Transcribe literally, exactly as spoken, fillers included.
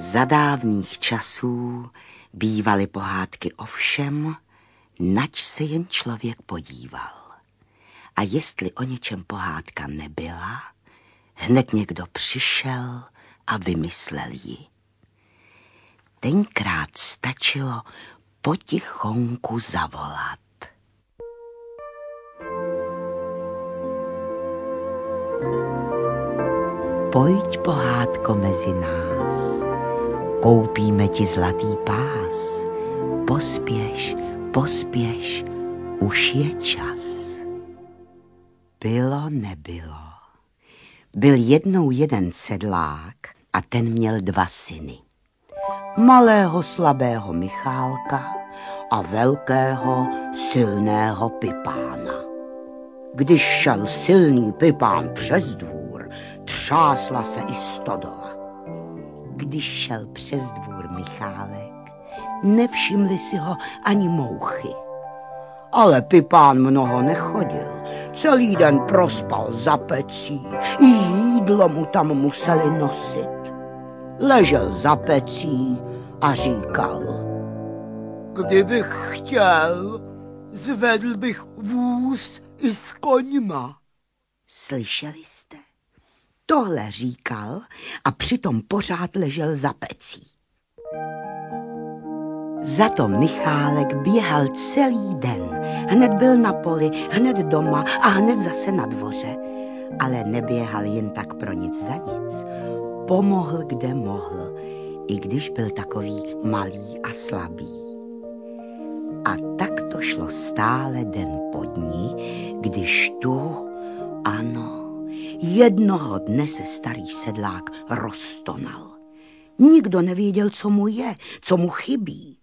Za dávných časů bývaly pohádky o všem, nač se jen člověk podíval. A jestli o něčem pohádka nebyla, hned někdo přišel a vymyslel ji. Tenkrát stačilo potichonku zavolat. Pojď, pohádko, mezi nás, koupíme ti zlatý pás. Pospěš, pospěš, už je čas. Bylo, nebylo. Byl jednou jeden sedlák a ten měl dva syny. Malého slabého Michálka a velkého silného Pipána. Když šel silný Pipán přes dvůr, třásla se i stodola. Když šel přes dvůr Michálek, nevšimli si ho ani mouchy. Ale Pipán mnoho nechodil, celý den prospal za pecí, i jídlo mu tam museli nosit. Ležel za pecí a říkal: Kdybych chtěl, zvedl bych vůz i s koňma. Slyšeli jste? Tohle říkal a přitom pořád ležel za pecí. Za to Michálek běhal celý den. Hned byl na poli, hned doma a hned zase na dvoře. Ale neběhal jen tak pro nic za nic. Pomohl, kde mohl, i když byl takový malý a slabý. A tak to šlo stále den po dni, když tu, ano, jednoho dne se starý sedlák roztonal. Nikdo nevěděl, co mu je, co mu chybí.